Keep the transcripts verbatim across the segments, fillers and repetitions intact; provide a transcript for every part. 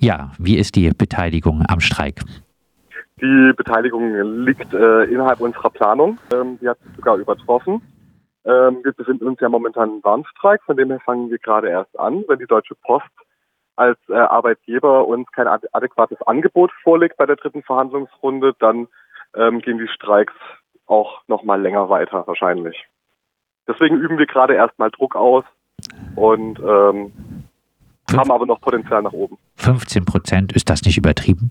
Ja, wie ist die Beteiligung am Streik? Die Beteiligung liegt äh, innerhalb unserer Planung. Ähm, die hat sich sogar übertroffen. Ähm, wir befinden uns ja momentan im Warnstreik, von dem her fangen wir gerade erst an. Wenn die Deutsche Post als äh, Arbeitgeber uns kein ad- adäquates Angebot vorlegt bei der dritten Verhandlungsrunde, dann ähm, gehen die Streiks auch noch mal länger weiter wahrscheinlich. Deswegen üben wir gerade erstmal Druck aus und ähm, Fünf- haben aber noch Potenzial nach oben. fünfzehn Prozent, ist das nicht übertrieben?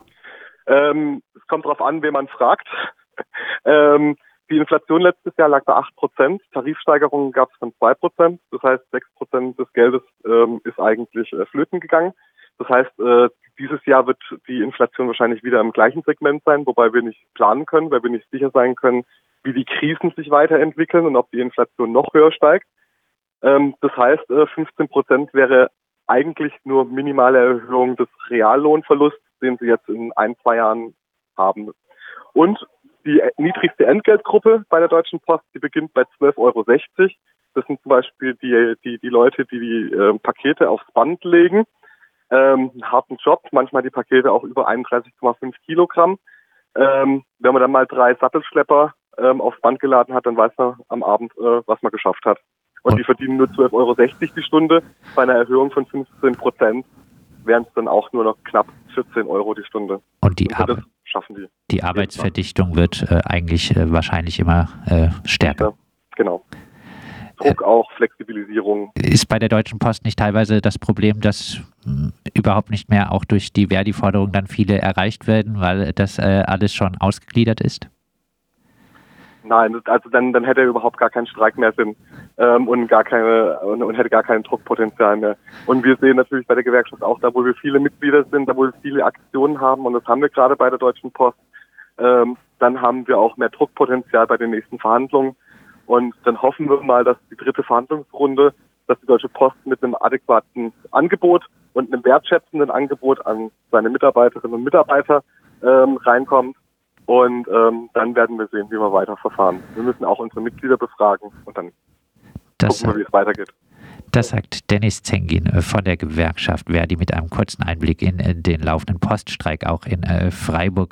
Ähm, es kommt darauf an, wen man fragt. ähm, die Inflation letztes Jahr lag bei acht Prozent. Tarifsteigerungen gab es von zwei Prozent. Das heißt, sechs Prozent des Geldes ähm, ist eigentlich äh, flöten gegangen. Das heißt, äh, dieses Jahr wird die Inflation wahrscheinlich wieder im gleichen Segment sein, wobei wir nicht planen können, weil wir nicht sicher sein können, wie die Krisen sich weiterentwickeln und ob die Inflation noch höher steigt. Ähm, das heißt, äh, fünfzehn Prozent wäre eigentlich nur minimale Erhöhung des Reallohnverlusts, den sie jetzt in ein, zwei Jahren haben. Und die niedrigste Entgeltgruppe bei der Deutschen Post, die beginnt bei zwölf Euro sechzig. Das sind zum Beispiel die, die, die Leute, die die äh, Pakete aufs Band legen. Ähm, einen harten Job, manchmal die Pakete auch über einunddreißig Komma fünf Kilogramm. Ähm, wenn man dann mal drei Sattelschlepper ähm, aufs Band geladen hat, dann weiß man am Abend, äh, was man geschafft hat. Und die verdienen nur zwölf Euro sechzig die Stunde. Bei einer Erhöhung von fünfzehn Prozent wären es dann auch nur noch knapp vierzehn Euro die Stunde. Und die, Und Ar das schaffen die. die Arbeitsverdichtung wird äh, eigentlich äh, wahrscheinlich immer äh, stärker. Ja, genau. Druck auch, Flexibilisierung. Ist bei der Deutschen Post nicht teilweise das Problem, dass mh, überhaupt nicht mehr auch durch die Verdi-Forderung dann viele erreicht werden, weil das äh, alles schon ausgegliedert ist? Nein, also dann, dann hätte er überhaupt gar keinen Streik mehr Sinn ähm, und gar keine und, und hätte gar kein Druckpotenzial mehr. Und wir sehen natürlich bei der Gewerkschaft auch, da wo wir viele Mitglieder sind, da wo wir viele Aktionen haben, und das haben wir gerade bei der Deutschen Post, ähm, dann haben wir auch mehr Druckpotenzial bei den nächsten Verhandlungen. Und dann hoffen wir mal, dass die dritte Verhandlungsrunde, dass die Deutsche Post mit einem adäquaten Angebot und einem wertschätzenden Angebot an seine Mitarbeiterinnen und Mitarbeiter ähm, reinkommt. Und ähm, dann werden wir sehen, wie wir weiter verfahren. Wir müssen auch unsere Mitglieder befragen und dann Das, gucken wir, wie es weitergeht. Das sagt Dennis Zengin von der Gewerkschaft Verdi mit einem kurzen Einblick in den laufenden Poststreik auch in Freiburg.